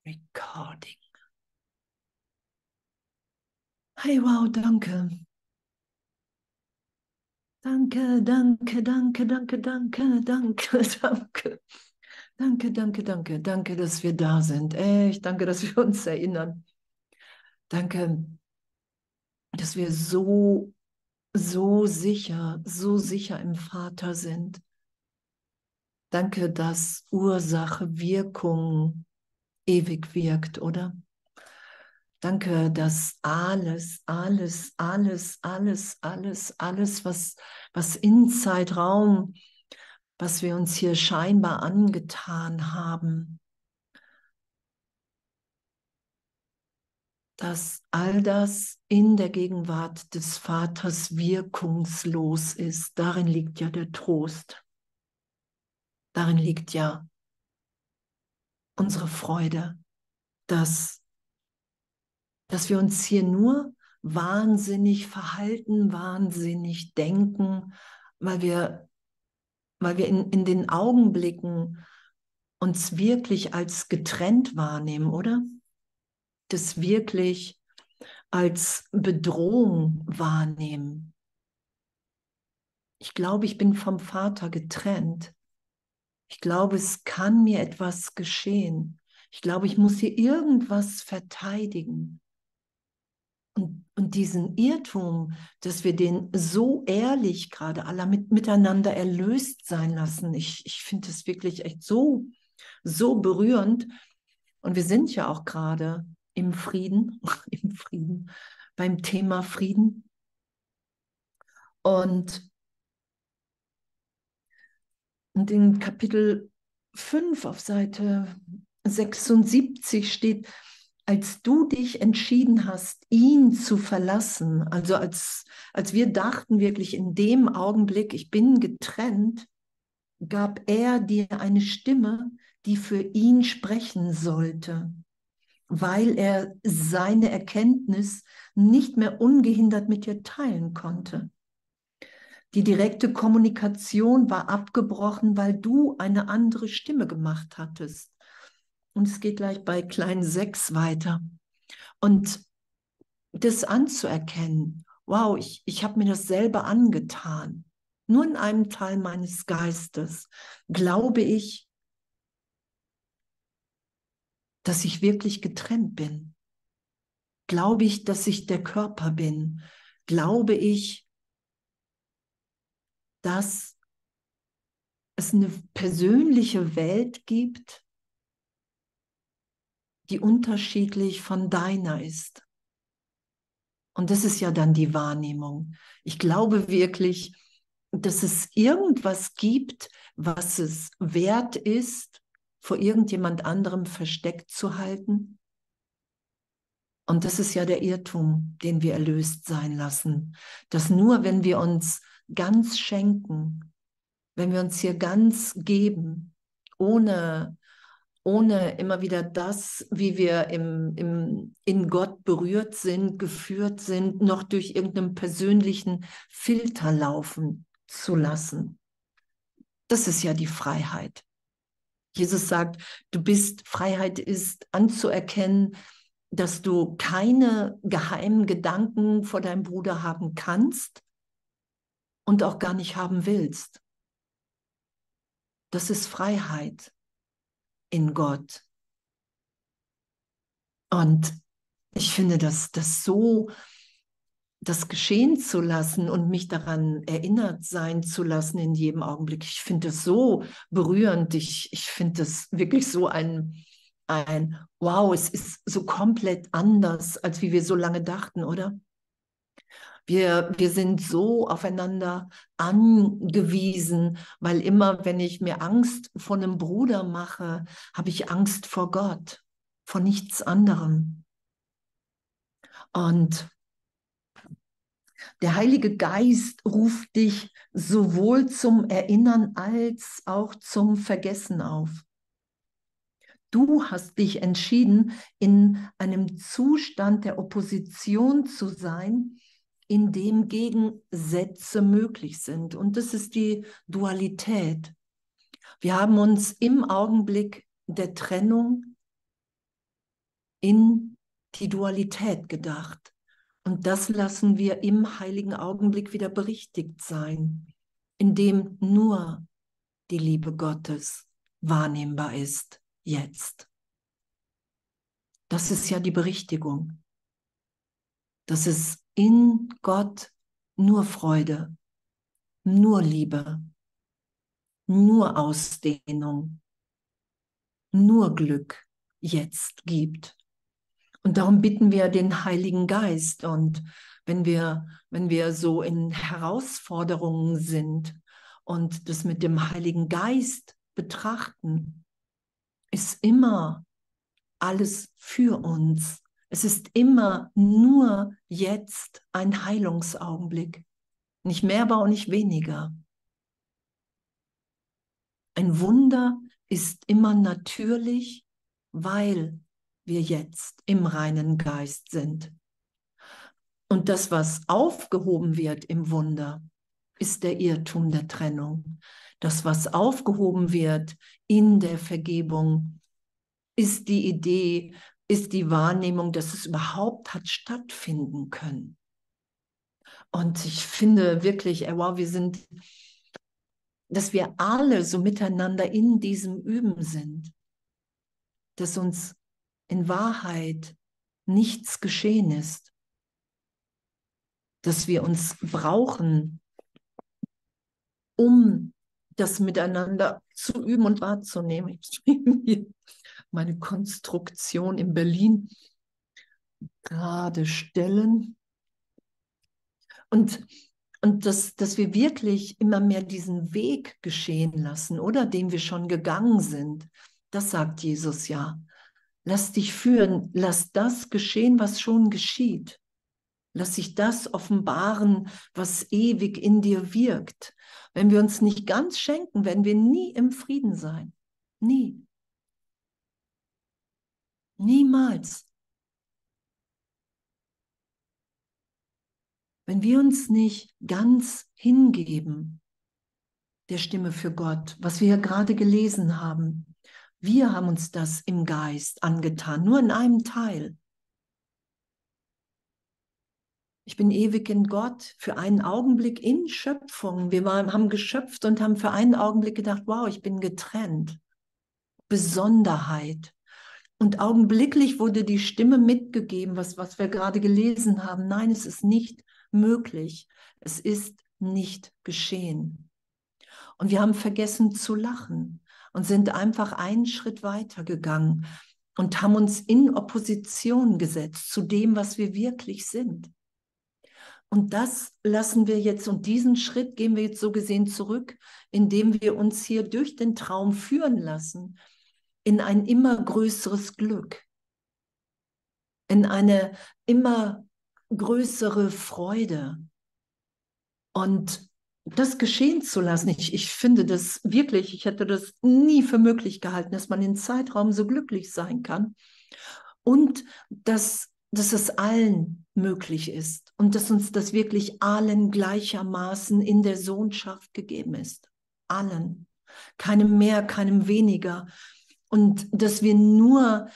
Recording. Hey, wow, danke. Danke, danke, danke, danke, danke, danke, danke. Danke, danke, danke. Danke, dass wir da sind. Echt, danke, dass wir uns erinnern. Danke, dass wir so sicher im Vater sind. Danke, dass Ursache, Wirkung ewig wirkt, oder? Danke, dass alles, was in Zeitraum, was wir uns hier scheinbar angetan haben, dass all das in der Gegenwart des Vaters wirkungslos ist. Darin liegt ja der Trost. Darin liegt ja unsere Freude, dass wir uns hier nur wahnsinnig verhalten, wahnsinnig denken, weil wir in den Augenblicken uns wirklich als getrennt wahrnehmen, oder? Das wirklich als Bedrohung wahrnehmen. Ich glaube, ich bin vom Vater getrennt. Ich glaube, es kann mir etwas geschehen. Ich glaube, ich muss hier irgendwas verteidigen. Und diesen Irrtum, dass wir den so ehrlich gerade alle miteinander erlöst sein lassen, ich finde es wirklich echt so berührend. Und wir sind ja auch gerade im Frieden, im Frieden, beim Thema Frieden. Und in Kapitel 5 auf Seite 76 steht, als du dich entschieden hast, ihn zu verlassen, also als wir dachten wirklich in dem Augenblick, ich bin getrennt, gab er dir eine Stimme, die für ihn sprechen sollte, weil er seine Erkenntnis nicht mehr ungehindert mit dir teilen konnte. Die direkte Kommunikation war abgebrochen, weil du eine andere Stimme gemacht hattest. Und es geht gleich bei klein 6 weiter. Und das anzuerkennen, wow, ich habe mir das selber angetan. Nur in einem Teil meines Geistes glaube ich, dass ich wirklich getrennt bin. Glaube ich, dass ich der Körper bin. Glaube ich, dass es eine persönliche Welt gibt, die unterschiedlich von deiner ist. Und das ist ja dann die Wahrnehmung. Ich glaube wirklich, dass es irgendwas gibt, was es wert ist, vor irgendjemand anderem versteckt zu halten. Und das ist ja der Irrtum, den wir erlöst sein lassen. Dass nur wenn wir uns ganz schenken, wenn wir uns hier ganz geben, ohne immer wieder das, wie wir in Gott berührt sind, geführt sind, noch durch irgendeinen persönlichen Filter laufen zu lassen. Das ist ja die Freiheit. Jesus sagt, Freiheit ist anzuerkennen, dass du keine geheimen Gedanken vor deinem Bruder haben kannst und auch gar nicht haben willst. Das ist Freiheit in Gott. Und ich finde, das so, das geschehen zu lassen und mich daran erinnert sein zu lassen in jedem Augenblick, ich finde das so berührend. Ich finde das wirklich so ein Wow, es ist so komplett anders, als wie wir so lange dachten, oder? Wir sind so aufeinander angewiesen, weil immer, wenn ich mir Angst vor einem Bruder mache, habe ich Angst vor Gott, vor nichts anderem. Und der Heilige Geist ruft dich sowohl zum Erinnern als auch zum Vergessen auf. Du hast dich entschieden, in einem Zustand der Opposition zu sein, in dem Gegensätze möglich sind. Und das ist die Dualität. Wir haben uns im Augenblick der Trennung in die Dualität gedacht. Und das lassen wir im heiligen Augenblick wieder berichtigt sein, indem nur die Liebe Gottes wahrnehmbar ist jetzt. Das ist ja die Berichtigung. Das ist in Gott nur Freude, nur Liebe, nur Ausdehnung, nur Glück jetzt gibt. Und darum bitten wir den Heiligen Geist. Und wenn wir so in Herausforderungen sind und das mit dem Heiligen Geist betrachten, ist immer alles für uns. Es ist immer nur jetzt ein Heilungsaugenblick. Nicht mehr, aber auch nicht weniger. Ein Wunder ist immer natürlich, weil wir jetzt im reinen Geist sind. Und das, was aufgehoben wird im Wunder, ist der Irrtum der Trennung. Das, was aufgehoben wird in der Vergebung, ist die Idee, ist die Wahrnehmung, dass es überhaupt hat stattfinden können. Und ich finde wirklich, wow, dass wir alle so miteinander in diesem Üben sind, dass uns in Wahrheit nichts geschehen ist, dass wir uns brauchen, um das miteinander zu üben und wahrzunehmen. Ich will hier meine Konstruktion in Berlin gerade stellen. Und dass wir wirklich immer mehr diesen Weg geschehen lassen, oder den wir schon gegangen sind. Das sagt Jesus ja. Lass dich führen, lass das geschehen, was schon geschieht. Lass sich das offenbaren, was ewig in dir wirkt. Wenn wir uns nicht ganz schenken, werden wir nie im Frieden sein. Nie. Niemals. Wenn wir uns nicht ganz hingeben, der Stimme für Gott, was wir ja gerade gelesen haben, wir haben uns das im Geist angetan, nur in einem Teil. Ich bin ewig in Gott, für einen Augenblick in Schöpfung. Haben geschöpft und haben für einen Augenblick gedacht, wow, ich bin getrennt. Besonderheit. Und augenblicklich wurde die Stimme mitgegeben, was wir gerade gelesen haben. Nein, es ist nicht möglich. Es ist nicht geschehen. Und wir haben vergessen zu lachen und sind einfach einen Schritt weiter gegangen und haben uns in Opposition gesetzt zu dem, was wir wirklich sind. Und das lassen wir jetzt, und diesen Schritt gehen wir jetzt so gesehen zurück, indem wir uns hier durch den Traum führen lassen in ein immer größeres Glück, in eine immer größere Freude. Und das geschehen zu lassen, ich finde das wirklich, ich hätte das nie für möglich gehalten, dass man in Zeitraum so glücklich sein kann. Und dass es allen möglich ist und dass uns das wirklich allen gleichermaßen in der Sohnschaft gegeben ist. Allen. Keinem mehr, keinem weniger. Und dass wir nur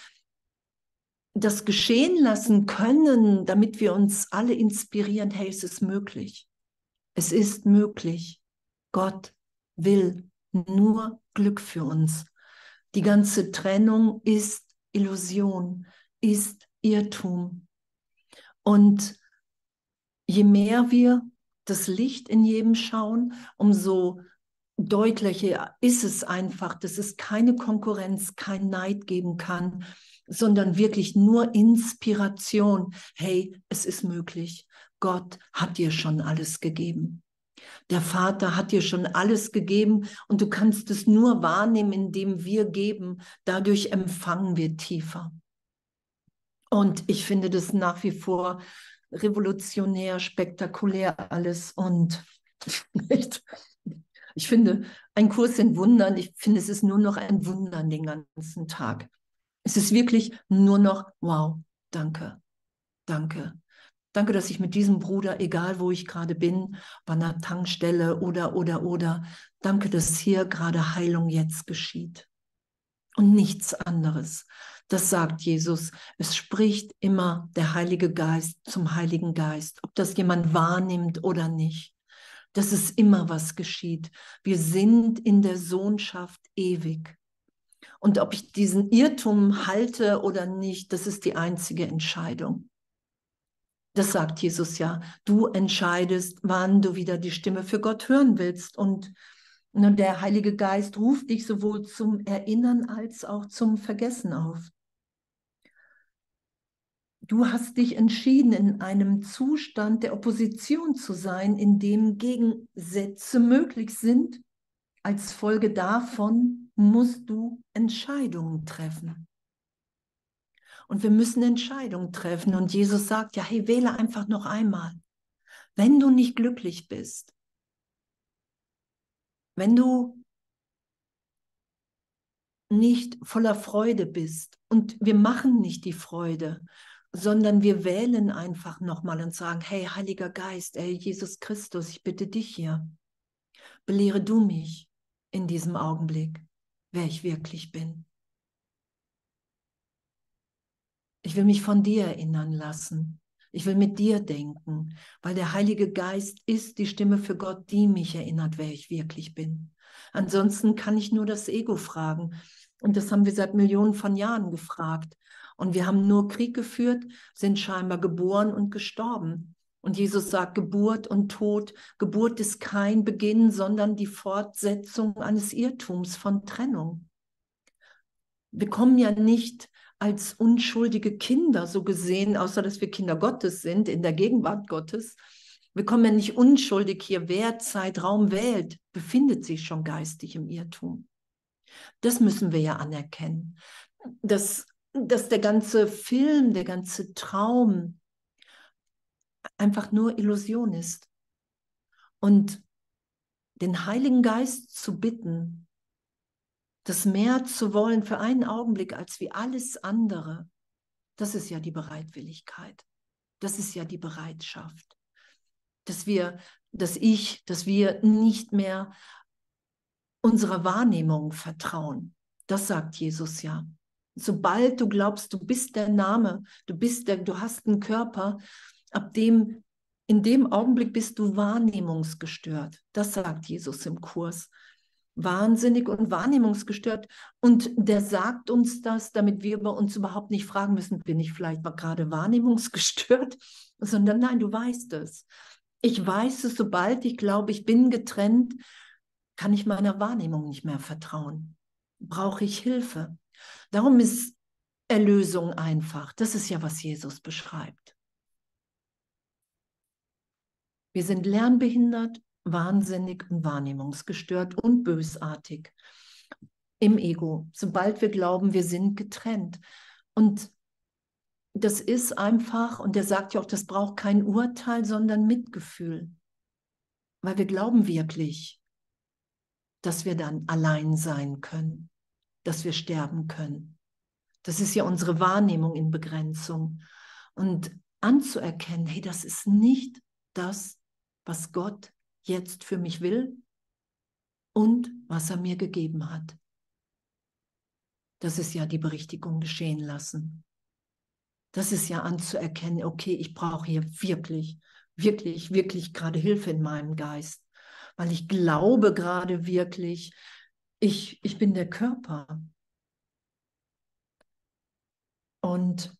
das geschehen lassen können, damit wir uns alle inspirieren, hey, es ist möglich. Es ist möglich. Gott will nur Glück für uns. Die ganze Trennung ist Illusion, ist Irrtum. Und je mehr wir das Licht in jedem schauen, umso deutlicher ist es einfach, dass es keine Konkurrenz, kein Neid geben kann, sondern wirklich nur Inspiration. Hey, es ist möglich. Gott hat dir schon alles gegeben. Der Vater hat dir schon alles gegeben und du kannst es nur wahrnehmen, indem wir geben. Dadurch empfangen wir tiefer. Und ich finde das nach wie vor revolutionär, spektakulär alles. Und ich finde, ein Kurs in Wundern, ich finde, es ist nur noch ein Wundern den ganzen Tag. Es ist wirklich nur noch, wow, danke, danke. Danke, dass ich mit diesem Bruder, egal wo ich gerade bin, bei einer Tankstelle oder, danke, dass hier gerade Heilung jetzt geschieht. und nichts anderes. Das sagt Jesus. Es spricht immer der Heilige Geist zum Heiligen Geist, ob das jemand wahrnimmt oder nicht. Das ist immer, was geschieht. Wir sind in der Sohnschaft ewig. Und ob ich diesen Irrtum halte oder nicht, das ist die einzige Entscheidung. Das sagt Jesus ja. Du entscheidest, wann du wieder die Stimme für Gott hören willst. Und der Heilige Geist ruft dich sowohl zum Erinnern als auch zum Vergessen auf. Du hast dich entschieden, in einem Zustand der Opposition zu sein, in dem Gegensätze möglich sind. Als Folge davon musst du Entscheidungen treffen. Und wir müssen Entscheidungen treffen. Und Jesus sagt, ja, hey, wähle einfach noch einmal. Wenn du nicht glücklich bist, wenn du nicht voller Freude bist und wir machen nicht die Freude, sondern wir wählen einfach nochmal und sagen, hey, Heiliger Geist, ey, Jesus Christus, ich bitte dich hier, belehre du mich in diesem Augenblick, wer ich wirklich bin. Ich will mich von dir erinnern lassen. Ich will mit dir denken, weil der Heilige Geist ist die Stimme für Gott, die mich erinnert, wer ich wirklich bin. Ansonsten kann ich nur das Ego fragen. Und das haben wir seit Millionen von Jahren gefragt. Und wir haben nur Krieg geführt, sind scheinbar geboren und gestorben. Und Jesus sagt, Geburt und Tod, Geburt ist kein Beginn, sondern die Fortsetzung eines Irrtums von Trennung. Wir kommen ja nicht als unschuldige Kinder so gesehen, außer dass wir Kinder Gottes sind, in der Gegenwart Gottes. Wir kommen ja nicht unschuldig hier. Wer Zeitraum wählt, befindet sich schon geistig im Irrtum. Das müssen wir ja anerkennen. Dass der ganze Film, der ganze Traum einfach nur Illusion ist. Und den Heiligen Geist zu bitten, das mehr zu wollen für einen Augenblick als wie alles andere, das ist ja die Bereitwilligkeit. Das ist ja die Bereitschaft, dass wir nicht mehr unserer Wahrnehmung vertrauen. Das sagt Jesus ja. Sobald du glaubst, du bist der Name, du hast einen Körper, in dem Augenblick bist du wahrnehmungsgestört. Das sagt Jesus im Kurs. Wahnsinnig und wahrnehmungsgestört. Und der sagt uns das, damit wir bei uns überhaupt nicht fragen müssen, bin ich vielleicht gerade wahrnehmungsgestört? Sondern nein, du weißt es. Ich weiß es, sobald ich glaube, ich bin getrennt, kann ich meiner Wahrnehmung nicht mehr vertrauen. Brauche ich Hilfe. Darum ist Erlösung einfach. Das ist ja, was Jesus beschreibt. Wir sind lernbehindert, wahnsinnig und wahrnehmungsgestört und bösartig im Ego, sobald wir glauben, wir sind getrennt. Und das ist einfach, und der sagt ja auch, das braucht kein Urteil, sondern Mitgefühl. Weil wir glauben wirklich, dass wir dann allein sein können, dass wir sterben können. Das ist ja unsere Wahrnehmung in Begrenzung. Und anzuerkennen, hey, das ist nicht das, was Gott jetzt für mich will und was er mir gegeben hat. Das ist ja die Berichtigung geschehen lassen. Das ist ja anzuerkennen, okay, ich brauche hier wirklich, wirklich, wirklich gerade Hilfe in meinem Geist, weil ich glaube gerade wirklich, ich bin der Körper. Und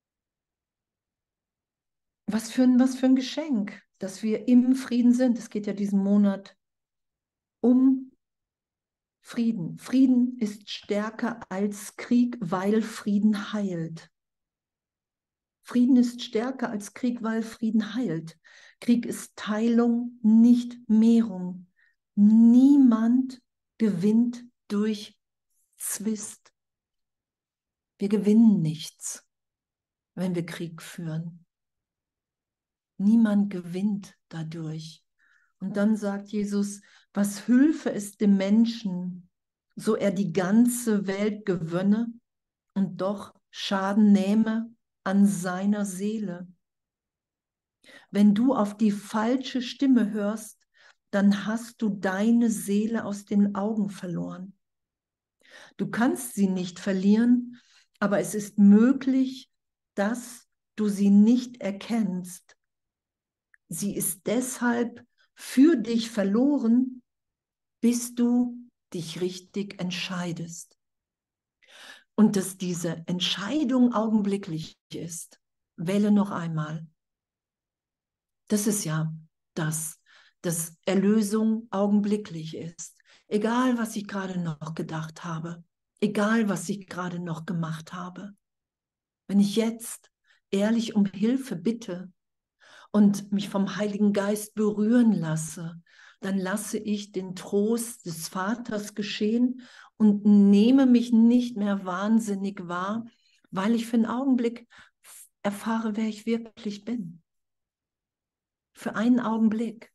was für ein Geschenk, dass wir im Frieden sind. Es geht ja diesen Monat um Frieden. Frieden ist stärker als Krieg, weil Frieden heilt. Frieden ist stärker als Krieg, weil Frieden heilt. Krieg ist Teilung, nicht Mehrung. Niemand gewinnt durch Zwist. Wir gewinnen nichts, wenn wir Krieg führen. Niemand gewinnt dadurch. Und dann sagt Jesus, was hülfe es dem Menschen, so er die ganze Welt gewönne und doch Schaden nähme an seiner Seele. Wenn du auf die falsche Stimme hörst, dann hast du deine Seele aus den Augen verloren. Du kannst sie nicht verlieren, aber es ist möglich, dass du sie nicht erkennst. Sie ist deshalb für dich verloren, bis du dich richtig entscheidest. Und dass diese Entscheidung augenblicklich ist. Wähle noch einmal. Das ist ja das, dass Erlösung augenblicklich ist. Egal, was ich gerade noch gedacht habe, egal, was ich gerade noch gemacht habe. Wenn ich jetzt ehrlich um Hilfe bitte und mich vom Heiligen Geist berühren lasse, dann lasse ich den Trost des Vaters geschehen und nehme mich nicht mehr wahnsinnig wahr, weil ich für einen Augenblick erfahre, wer ich wirklich bin. Für einen Augenblick.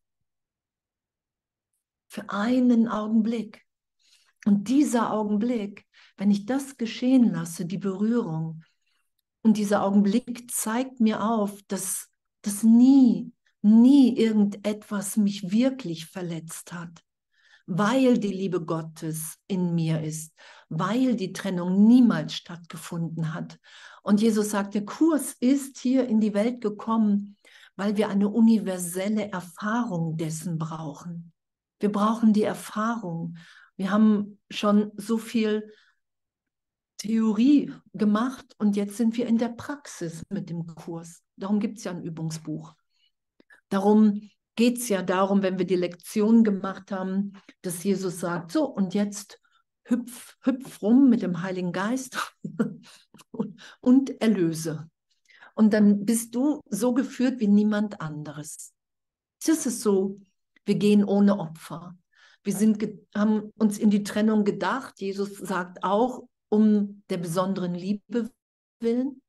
Für einen Augenblick. Und dieser Augenblick, wenn ich das geschehen lasse, die Berührung, und dieser Augenblick zeigt mir auf, dass nie irgendetwas mich wirklich verletzt hat, weil die Liebe Gottes in mir ist, weil die Trennung niemals stattgefunden hat. Und Jesus sagt, der Kurs ist hier in die Welt gekommen, weil wir eine universelle Erfahrung dessen brauchen. Wir brauchen die Erfahrung. Wir haben schon so viel Theorie gemacht und jetzt sind wir in der Praxis mit dem Kurs. Darum gibt es ja ein Übungsbuch. Darum geht es ja darum, wenn wir die Lektion gemacht haben, dass Jesus sagt, so und jetzt hüpf rum mit dem Heiligen Geist und erlöse. Und dann bist du so geführt wie niemand anderes. Das ist so, wir gehen ohne Opfer. Haben uns in die Trennung gedacht. Jesus sagt auch, um der besonderen Liebe willen.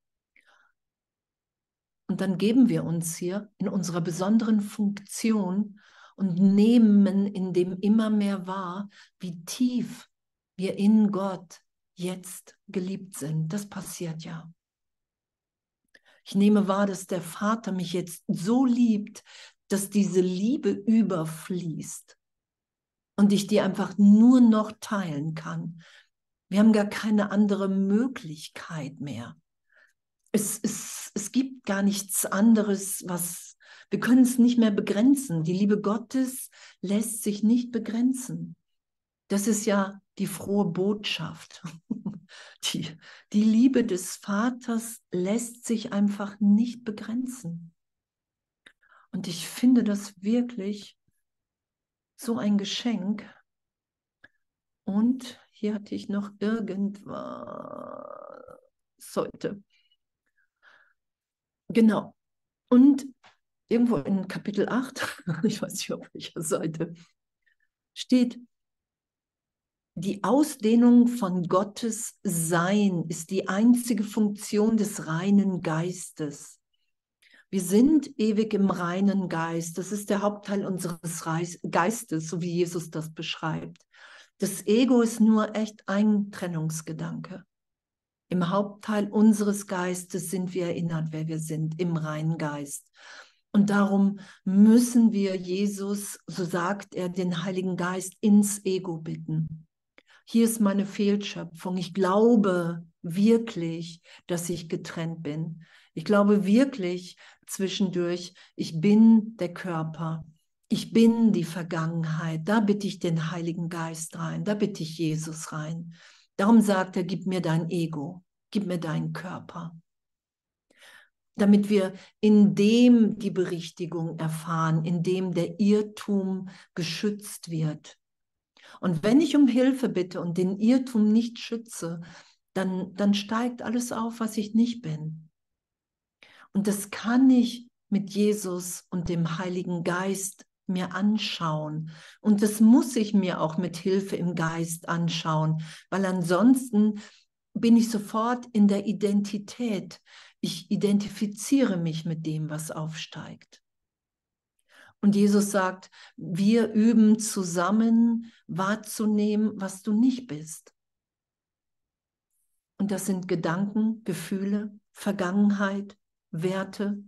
Und dann geben wir uns hier in unserer besonderen Funktion und nehmen in dem immer mehr wahr, wie tief wir in Gott jetzt geliebt sind. Das passiert ja. Ich nehme wahr, dass der Vater mich jetzt so liebt, dass diese Liebe überfließt und ich die einfach nur noch teilen kann. Wir haben gar keine andere Möglichkeit mehr. Es gibt gar nichts anderes, wir können es nicht mehr begrenzen. Die Liebe Gottes lässt sich nicht begrenzen. Das ist ja die frohe Botschaft. Die Liebe des Vaters lässt sich einfach nicht begrenzen. Und ich finde das wirklich so ein Geschenk. Und hier hatte ich noch irgendwas heute. Genau. Und irgendwo in Kapitel 8, ich weiß nicht auf welcher Seite, steht, die Ausdehnung von Gottes Sein ist die einzige Funktion des reinen Geistes. Wir sind ewig im reinen Geist. Das ist der Hauptteil unseres Geistes, so wie Jesus das beschreibt. Das Ego ist nur echt ein Trennungsgedanke. Im Hauptteil unseres Geistes sind wir erinnert, wer wir sind, im reinen Geist. Und darum müssen wir Jesus, so sagt er, den Heiligen Geist ins Ego bitten. Hier ist meine Fehlschöpfung. Ich glaube wirklich, dass ich getrennt bin. Ich glaube wirklich zwischendurch, ich bin der Körper. Ich bin die Vergangenheit. Da bitte ich den Heiligen Geist rein. Da bitte ich Jesus rein. Darum sagt er, gib mir dein Ego. Gib mir deinen Körper. Damit wir in dem die Berichtigung erfahren, in dem der Irrtum geschützt wird. Und wenn ich um Hilfe bitte und den Irrtum nicht schütze, dann steigt alles auf, was ich nicht bin. Und das kann ich mit Jesus und dem Heiligen Geist mir anschauen. Und das muss ich mir auch mit Hilfe im Geist anschauen, weil ansonsten bin ich sofort in der Identität. Ich identifiziere mich mit dem, was aufsteigt. Und Jesus sagt, wir üben zusammen wahrzunehmen, was du nicht bist. Und das sind Gedanken, Gefühle, Vergangenheit, Werte.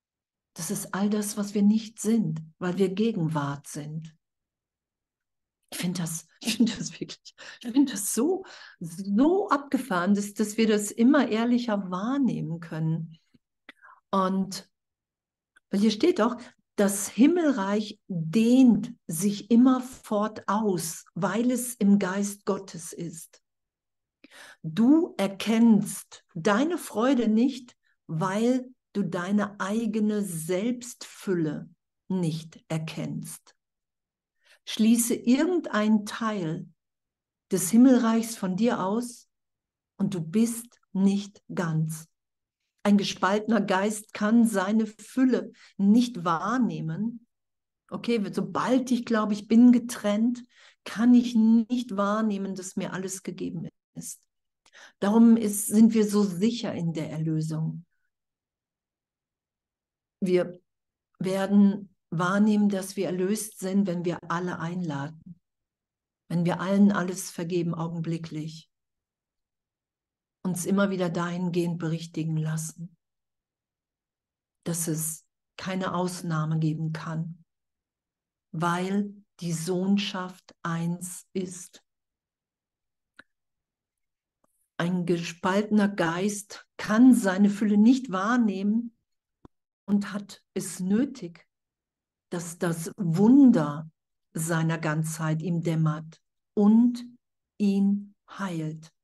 Das ist all das, was wir nicht sind, weil wir Gegenwart sind. Ich finde das wirklich, ich finde das so, so abgefahren, dass wir das immer ehrlicher wahrnehmen können. Und weil hier steht doch, das Himmelreich dehnt sich immerfort aus, weil es im Geist Gottes ist. Du erkennst deine Freude nicht, weil du deine eigene Selbstfülle nicht erkennst. Schließe irgendein Teil des Himmelreichs von dir aus und du bist nicht ganz. Ein gespaltener Geist kann seine Fülle nicht wahrnehmen. Okay, sobald ich glaube, ich bin getrennt, kann ich nicht wahrnehmen, dass mir alles gegeben ist. Darum sind wir so sicher in der Erlösung. Wir werden wahrnehmen, dass wir erlöst sind, wenn wir alle einladen, wenn wir allen alles vergeben, augenblicklich, uns immer wieder dahingehend berichtigen lassen, dass es keine Ausnahme geben kann, weil die Sohnschaft eins ist. Ein gespaltener Geist kann seine Fülle nicht wahrnehmen und hat es nötig, dass das Wunder seiner Ganzheit ihm dämmert und ihn heilt.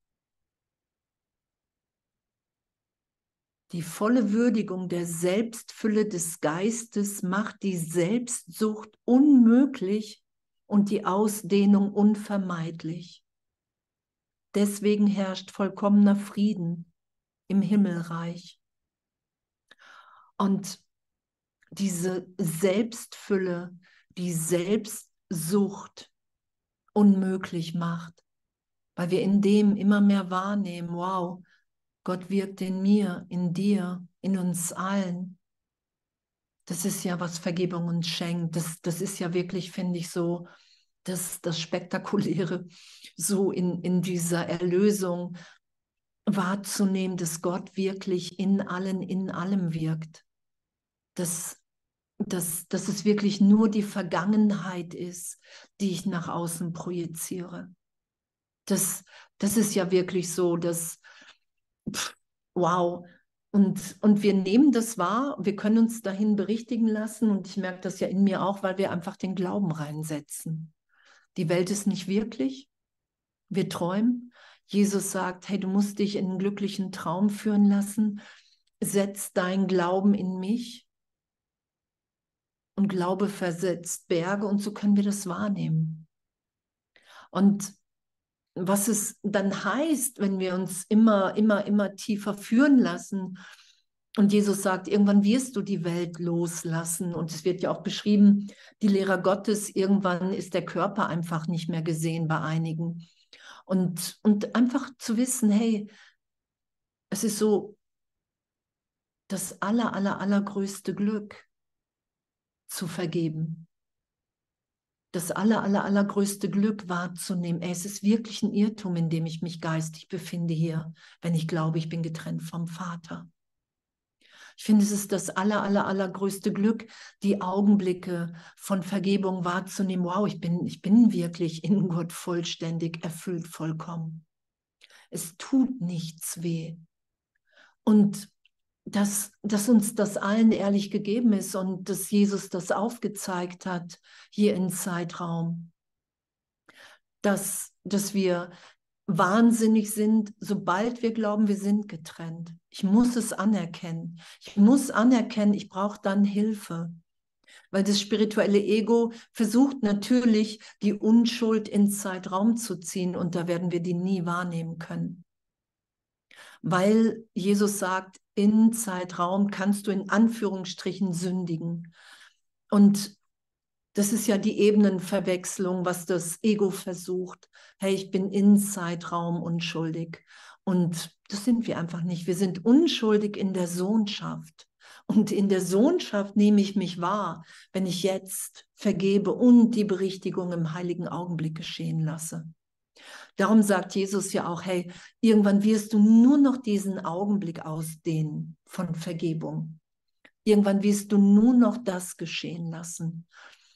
Die volle Würdigung der Selbstfülle des Geistes macht die Selbstsucht unmöglich und die Ausdehnung unvermeidlich. Deswegen herrscht vollkommener Frieden im Himmelreich. Und diese Selbstfülle, die Selbstsucht unmöglich macht, weil wir in dem immer mehr wahrnehmen, wow, Gott wirkt in mir, in dir, in uns allen. Das ist ja, was Vergebung uns schenkt. Das ist ja wirklich, finde ich, so das Spektakuläre, so in dieser Erlösung wahrzunehmen, dass Gott wirklich in allen, in allem wirkt. Dass es wirklich nur die Vergangenheit ist, die ich nach außen projiziere. Das ist ja wirklich so, dass, wow, und wir nehmen das wahr, wir können uns dahin berichtigen lassen und ich merke das ja in mir auch, weil wir einfach den Glauben reinsetzen. Die Welt ist nicht wirklich, wir träumen. Jesus sagt, hey, du musst dich in einen glücklichen Traum führen lassen, setz deinen Glauben in mich und Glaube versetzt Berge und so können wir das wahrnehmen. Und was es dann heißt, wenn wir uns immer tiefer führen lassen. Und Jesus sagt, irgendwann wirst du die Welt loslassen. Und es wird ja auch beschrieben, die Lehrer Gottes, irgendwann ist der Körper einfach nicht mehr gesehen bei einigen. Und einfach zu wissen, hey, es ist so das allergrößte Glück, zu vergeben. Das allergrößte Glück wahrzunehmen. Ey, es ist wirklich ein Irrtum, in dem ich mich geistig befinde hier, wenn ich glaube, ich bin getrennt vom Vater. Ich finde, es ist das allergrößte Glück, die Augenblicke von Vergebung wahrzunehmen. Wow, ich bin wirklich in Gott vollständig erfüllt, vollkommen. Es tut nichts weh. Und dass uns das allen ehrlich gegeben ist und dass Jesus das aufgezeigt hat hier im Zeitraum. Dass wir wahnsinnig sind, sobald wir glauben, wir sind getrennt. Ich muss es anerkennen. Ich muss anerkennen, ich brauche dann Hilfe. Weil das spirituelle Ego versucht natürlich, die Unschuld ins Zeitraum zu ziehen und da werden wir die nie wahrnehmen können. Weil Jesus sagt, in Zeitraum kannst du in Anführungsstrichen sündigen. Und das ist ja die Ebenenverwechslung, was das Ego versucht. Hey, ich bin in Zeitraum unschuldig. Und das sind wir einfach nicht. Wir sind unschuldig in der Sohnschaft. Und in der Sohnschaft nehme ich mich wahr, wenn ich jetzt vergebe und die Berichtigung im heiligen Augenblick geschehen lasse. Darum sagt Jesus ja auch, hey, irgendwann wirst du nur noch diesen Augenblick ausdehnen von Vergebung. Irgendwann wirst du nur noch das geschehen lassen.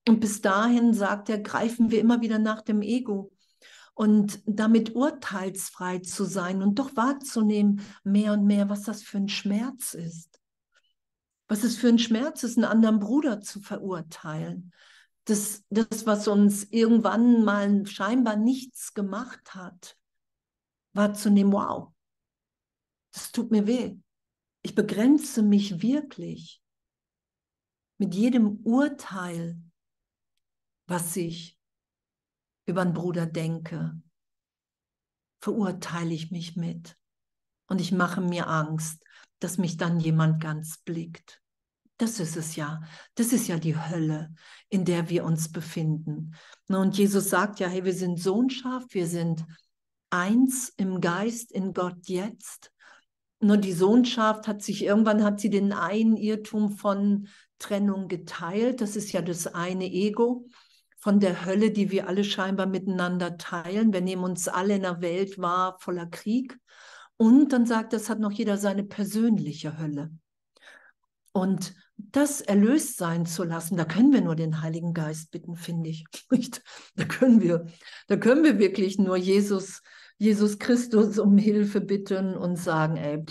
Und bis dahin, sagt er, greifen wir immer wieder nach dem Ego. Und damit urteilsfrei zu sein und doch wahrzunehmen, mehr und mehr, was das für ein Schmerz ist. Was es für ein Schmerz ist, einen anderen Bruder zu verurteilen. Das, was uns irgendwann mal scheinbar nichts gemacht hat, wahrzunehmen, wow, das tut mir weh. Ich begrenze mich wirklich mit jedem Urteil, was ich über einen Bruder denke, verurteile ich mich mit. Und ich mache mir Angst, dass mich dann jemand ganz blickt. Das ist es ja. Das ist ja die Hölle, in der wir uns befinden. Und Jesus sagt ja, hey, wir sind Sohnschaft, wir sind eins im Geist, in Gott jetzt. Nur die Sohnschaft irgendwann hat sie den einen Irrtum von Trennung geteilt. Das ist ja das eine Ego von der Hölle, die wir alle scheinbar miteinander teilen. Wir nehmen uns alle in einer Welt wahr, voller Krieg. Und dann sagt, das hat noch jeder seine persönliche Hölle. Und das erlöst sein zu lassen, da können wir nur den Heiligen Geist bitten, finde ich. Da können wir wirklich nur Jesus Christus um Hilfe bitten und sagen, ey,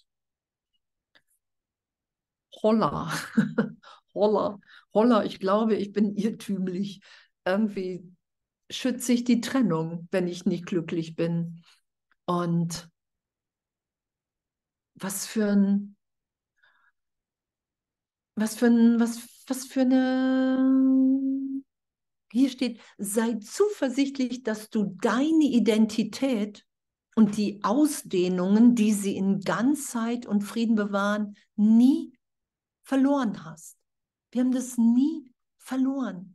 holla, holla, holla, ich glaube, ich bin irrtümlich. Irgendwie schütze ich die Trennung, wenn ich nicht glücklich bin. Und was für ein was für eine, hier steht, sei zuversichtlich, dass du deine Identität und die Ausdehnungen, die sie in Ganzheit und Frieden bewahren, nie verloren hast. Wir haben das nie verloren.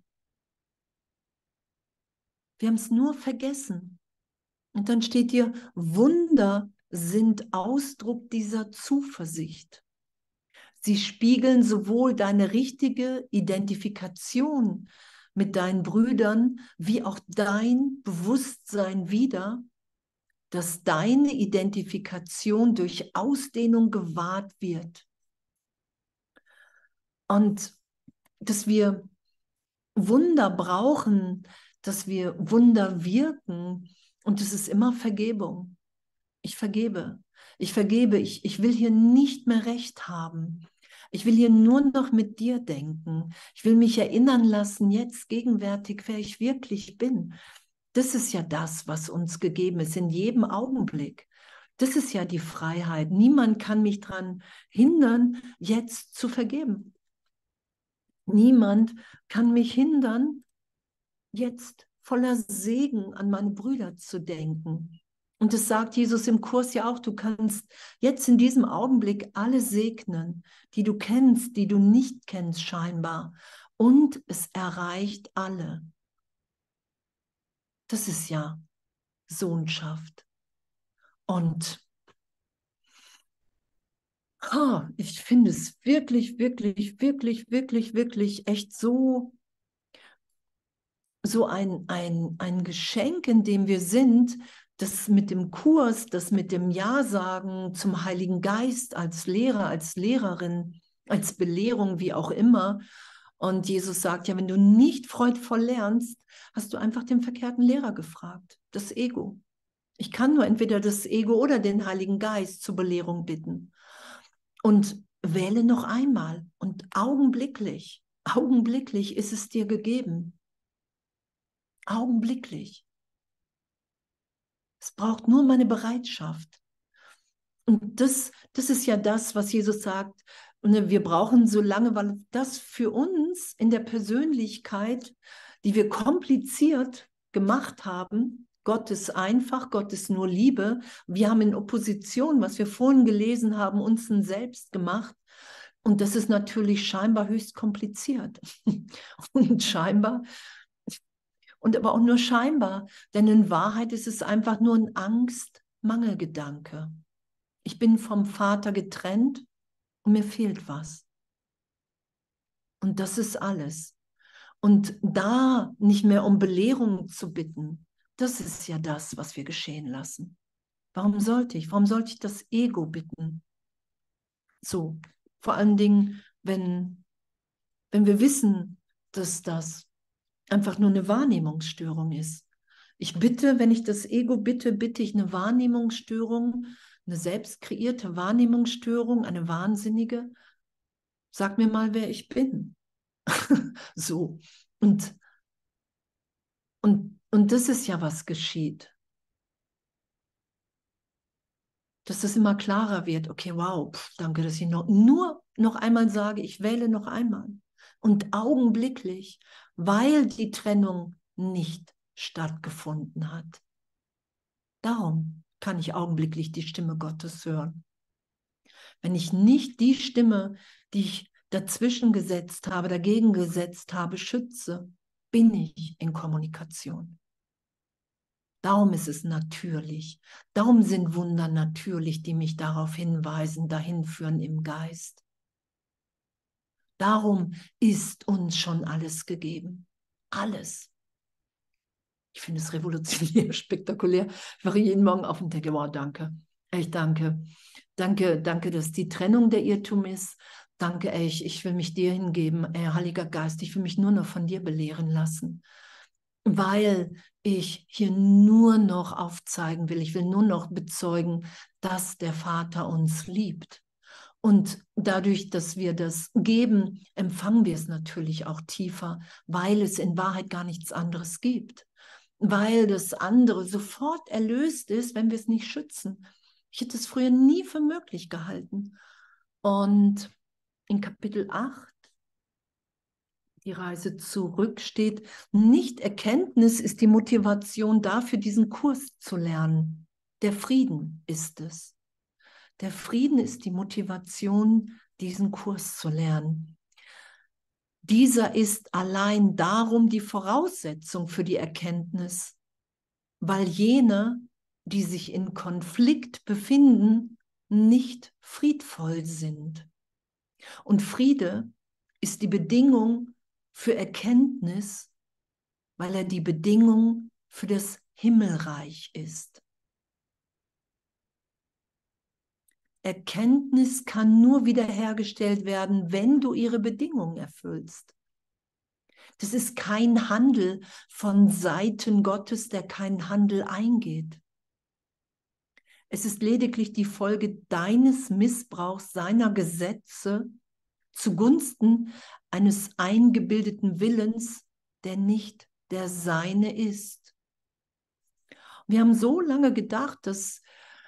Wir haben es nur vergessen. Und dann steht hier, Wunder sind Ausdruck dieser Zuversicht. Sie spiegeln sowohl deine richtige Identifikation mit deinen Brüdern wie auch dein Bewusstsein wider, dass deine Identifikation durch Ausdehnung gewahrt wird. Und dass wir Wunder brauchen, dass wir Wunder wirken. Und es ist immer Vergebung. Ich vergebe. Ich vergebe. Ich will hier nicht mehr Recht haben. Ich will hier nur noch mit dir denken. Ich will mich erinnern lassen, jetzt gegenwärtig, wer ich wirklich bin. Das ist ja das, was uns gegeben ist, in jedem Augenblick. Das ist ja die Freiheit. Niemand kann mich daran hindern, jetzt zu vergeben. Niemand kann mich hindern, jetzt voller Segen an meine Brüder zu denken. Und das sagt Jesus im Kurs ja auch, du kannst jetzt in diesem Augenblick alle segnen, die du kennst, die du nicht kennst scheinbar. Und es erreicht alle. Das ist ja Sohnschaft. Und ich finde es wirklich, wirklich, wirklich, wirklich, wirklich echt so ein Geschenk, in dem wir sind, das mit dem Kurs, das mit dem Ja-Sagen zum Heiligen Geist als Lehrer, als Lehrerin, als Belehrung, wie auch immer. Und Jesus sagt ja, wenn du nicht freudvoll lernst, hast du einfach den verkehrten Lehrer gefragt, das Ego. Ich kann nur entweder das Ego oder den Heiligen Geist zur Belehrung bitten. Und wähle noch einmal und augenblicklich ist es dir gegeben. Augenblicklich. Es braucht nur meine Bereitschaft. Und das ist ja das, was Jesus sagt. Und wir brauchen so lange, weil das für uns in der Persönlichkeit, die wir kompliziert gemacht haben, Gott ist einfach, Gott ist nur Liebe. Wir haben in Opposition, was wir vorhin gelesen haben, uns ein Selbst gemacht. Und das ist natürlich scheinbar höchst kompliziert. Und scheinbar und aber auch nur scheinbar, denn in Wahrheit ist es einfach nur ein Angst-Mangelgedanke. Ich bin vom Vater getrennt und mir fehlt was. Und das ist alles. Und da nicht mehr um Belehrung zu bitten, das ist ja das, was wir geschehen lassen. Warum sollte ich? Warum sollte ich das Ego bitten? So, vor allen Dingen, wenn wir wissen, dass das einfach nur eine Wahrnehmungsstörung ist. Ich bitte, wenn ich das Ego bitte, bitte ich eine Wahrnehmungsstörung, eine selbst kreierte Wahrnehmungsstörung, eine wahnsinnige. Sag mir mal, wer ich bin. So. Und das ist ja, was geschieht. Dass das immer klarer wird. Okay, wow, danke, dass ich nur noch einmal sage, ich wähle noch einmal. Und augenblicklich, weil die Trennung nicht stattgefunden hat. Darum kann ich augenblicklich die Stimme Gottes hören. Wenn ich nicht die Stimme, die ich dazwischen gesetzt habe, dagegen gesetzt habe, schütze, bin ich in Kommunikation. Darum ist es natürlich. Darum sind Wunder natürlich, die mich darauf hinweisen, dahin führen im Geist. Darum ist uns schon alles gegeben. Alles. Ich finde es revolutionär, spektakulär. Ich wache jeden Morgen auf und denke, wow, danke. Echt danke. Danke, danke, dass die Trennung der Irrtum ist. Danke, ich will mich dir hingeben, Heiliger Geist. Ich will mich nur noch von dir belehren lassen, weil ich hier nur noch aufzeigen will. Ich will nur noch bezeugen, dass der Vater uns liebt. Und dadurch, dass wir das geben, empfangen wir es natürlich auch tiefer, weil es in Wahrheit gar nichts anderes gibt. Weil das andere sofort erlöst ist, wenn wir es nicht schützen. Ich hätte es früher nie für möglich gehalten. Und in Kapitel 8, die Reise zurück, steht, nicht Erkenntnis ist die Motivation dafür, diesen Kurs zu lernen. Der Frieden ist es. Der Frieden ist die Motivation, diesen Kurs zu lernen. Dieser ist allein darum die Voraussetzung für die Erkenntnis, weil jene, die sich in Konflikt befinden, nicht friedvoll sind. Und Friede ist die Bedingung für Erkenntnis, weil er die Bedingung für das Himmelreich ist. Erkenntnis kann nur wiederhergestellt werden, wenn du ihre Bedingungen erfüllst. Das ist kein Handel von Seiten Gottes, der keinen Handel eingeht. Es ist lediglich die Folge deines Missbrauchs seiner Gesetze zugunsten eines eingebildeten Willens, der nicht der seine ist. Wir haben so lange gedacht, dass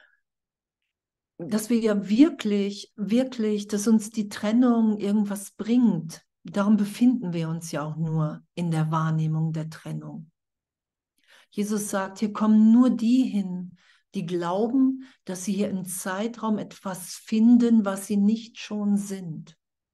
wir ja wirklich, dass uns die Trennung irgendwas bringt. Darum befinden wir uns ja auch nur in der Wahrnehmung der Trennung. Jesus sagt, hier kommen nur die hin, die glauben, dass sie hier im Zeitraum etwas finden, was sie nicht schon sind.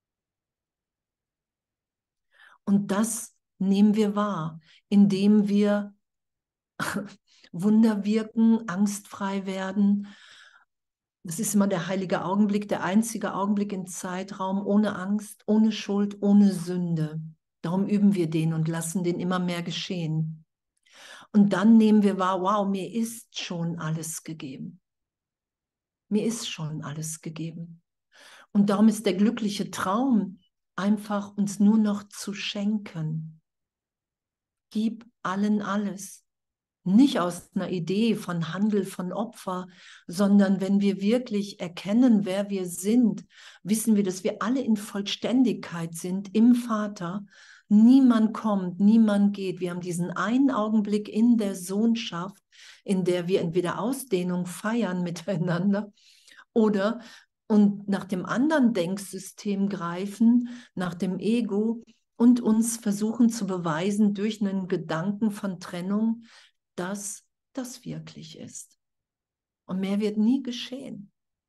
Und das nehmen wir wahr, indem wir Wunder wirken, angstfrei werden. Das ist immer der heilige Augenblick, der einzige Augenblick im Zeitraum, ohne Angst, ohne Schuld, ohne Sünde. Darum üben wir den und lassen den immer mehr geschehen. Und dann nehmen wir wahr, wow, mir ist schon alles gegeben. Mir ist schon alles gegeben. Und darum ist der glückliche Traum, einfach uns nur noch zu schenken. Gib allen alles. Nicht aus einer Idee von Handel, von Opfer, sondern wenn wir wirklich erkennen, wer wir sind, wissen wir, dass wir alle in Vollständigkeit sind im Vater. Niemand kommt, niemand geht. Wir haben diesen einen Augenblick in der Sohnschaft, in der wir entweder Ausdehnung feiern miteinander oder und nach dem anderen Denksystem greifen, nach dem Ego und uns versuchen zu beweisen durch einen Gedanken von Trennung, dass das wirklich ist. Und mehr wird nie geschehen.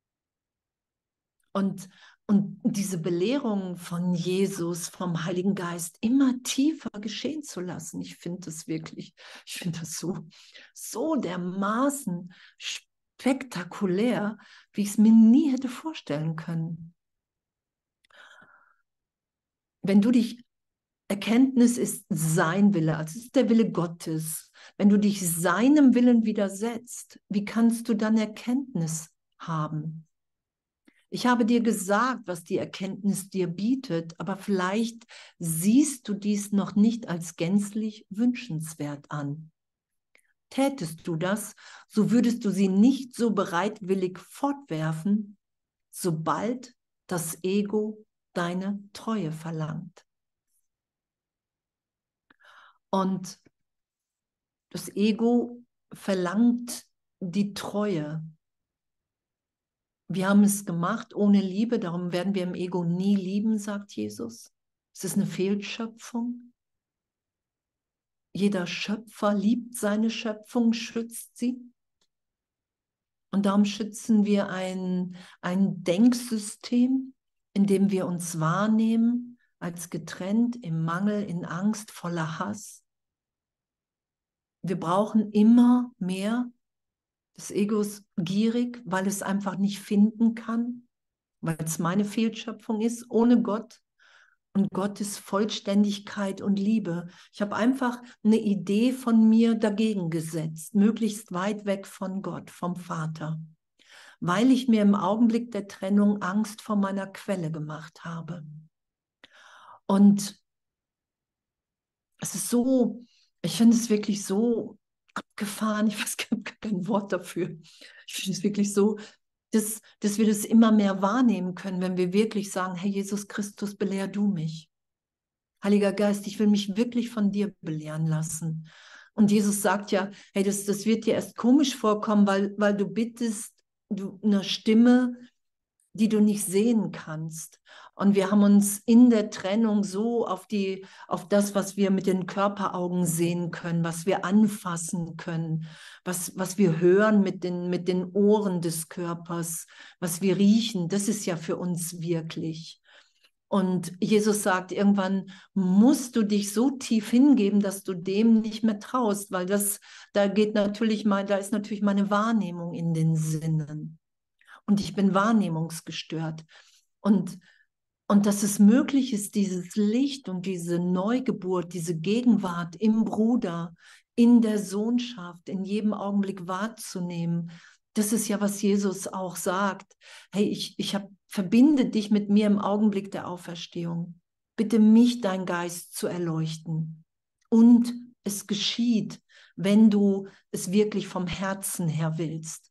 Und diese Belehrung von Jesus, vom Heiligen Geist, immer tiefer geschehen zu lassen, ich finde das wirklich, ich finde das so dermaßen spektakulär, wie ich es mir nie hätte vorstellen können. Wenn du dich, Erkenntnis ist sein Wille, also es ist der Wille Gottes. Wenn du dich seinem Willen widersetzt, wie kannst du dann Erkenntnis haben? Ich habe dir gesagt, was die Erkenntnis dir bietet, aber vielleicht siehst du dies noch nicht als gänzlich wünschenswert an. Tätest du das, so würdest du sie nicht so bereitwillig fortwerfen, sobald das Ego deine Treue verlangt. Und das Ego verlangt die Treue. Wir haben es gemacht ohne Liebe, darum werden wir im Ego nie lieben, sagt Jesus. Es ist eine Fehlschöpfung. Jeder Schöpfer liebt seine Schöpfung, schützt sie. Und darum schützen wir ein Denksystem, in dem wir uns wahrnehmen als getrennt, im Mangel, in Angst, voller Hass. Wir brauchen immer mehr. Das Ego ist gierig, weil es einfach nicht finden kann, weil es meine Fehlschöpfung ist, ohne Gott. Und Gott ist Vollständigkeit und Liebe. Ich habe einfach eine Idee von mir dagegen gesetzt, möglichst weit weg von Gott, vom Vater, weil ich mir im Augenblick der Trennung Angst vor meiner Quelle gemacht habe. Und es ist so, ich finde es wirklich so abgefahren, ich weiß kein Wort dafür. Ich finde es wirklich so, dass wir das immer mehr wahrnehmen können, wenn wir wirklich sagen, Herr Jesus Christus, belehr du mich. Heiliger Geist, ich will mich wirklich von dir belehren lassen. Und Jesus sagt ja, hey, das wird dir erst komisch vorkommen, weil du bittest, eine Stimme, die du nicht sehen kannst. Und wir haben uns in der Trennung so auf das, was wir mit den Körperaugen sehen können, was wir anfassen können, was wir hören mit den Ohren des Körpers, was wir riechen, das ist ja für uns wirklich. Und Jesus sagt, irgendwann musst du dich so tief hingeben, dass du dem nicht mehr traust, weil da ist natürlich meine Wahrnehmung in den Sinnen. Und ich bin wahrnehmungsgestört. Und, und dass es möglich ist, dieses Licht und diese Neugeburt, diese Gegenwart im Bruder, in der Sohnschaft, in jedem Augenblick wahrzunehmen, das ist ja, was Jesus auch sagt. Hey, verbinde dich mit mir im Augenblick der Auferstehung. Bitte mich, dein Geist, zu erleuchten. Und es geschieht, wenn du es wirklich vom Herzen her willst.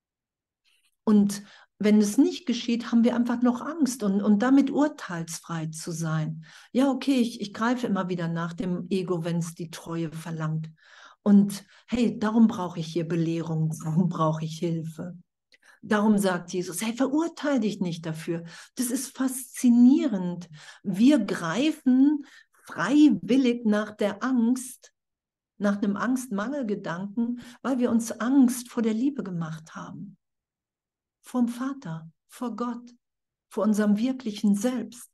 Und wenn es nicht geschieht, haben wir einfach noch Angst und damit urteilsfrei zu sein. Ja, okay, ich greife immer wieder nach dem Ego, wenn es die Treue verlangt. Und hey, darum brauche ich hier Belehrung, darum brauche ich Hilfe. Darum sagt Jesus, hey, verurteile dich nicht dafür. Das ist faszinierend. Wir greifen freiwillig nach der Angst, nach einem Angstmangelgedanken, weil wir uns Angst vor der Liebe gemacht haben. Vorm Vater, vor Gott, vor unserem wirklichen Selbst.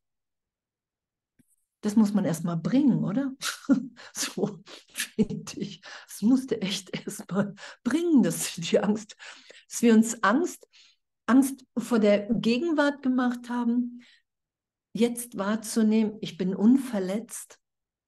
Das muss man erst mal bringen, oder? So finde ich. Das musste echt erst mal bringen, dass die Angst, dass wir uns Angst vor der Gegenwart gemacht haben, jetzt wahrzunehmen, ich bin unverletzt.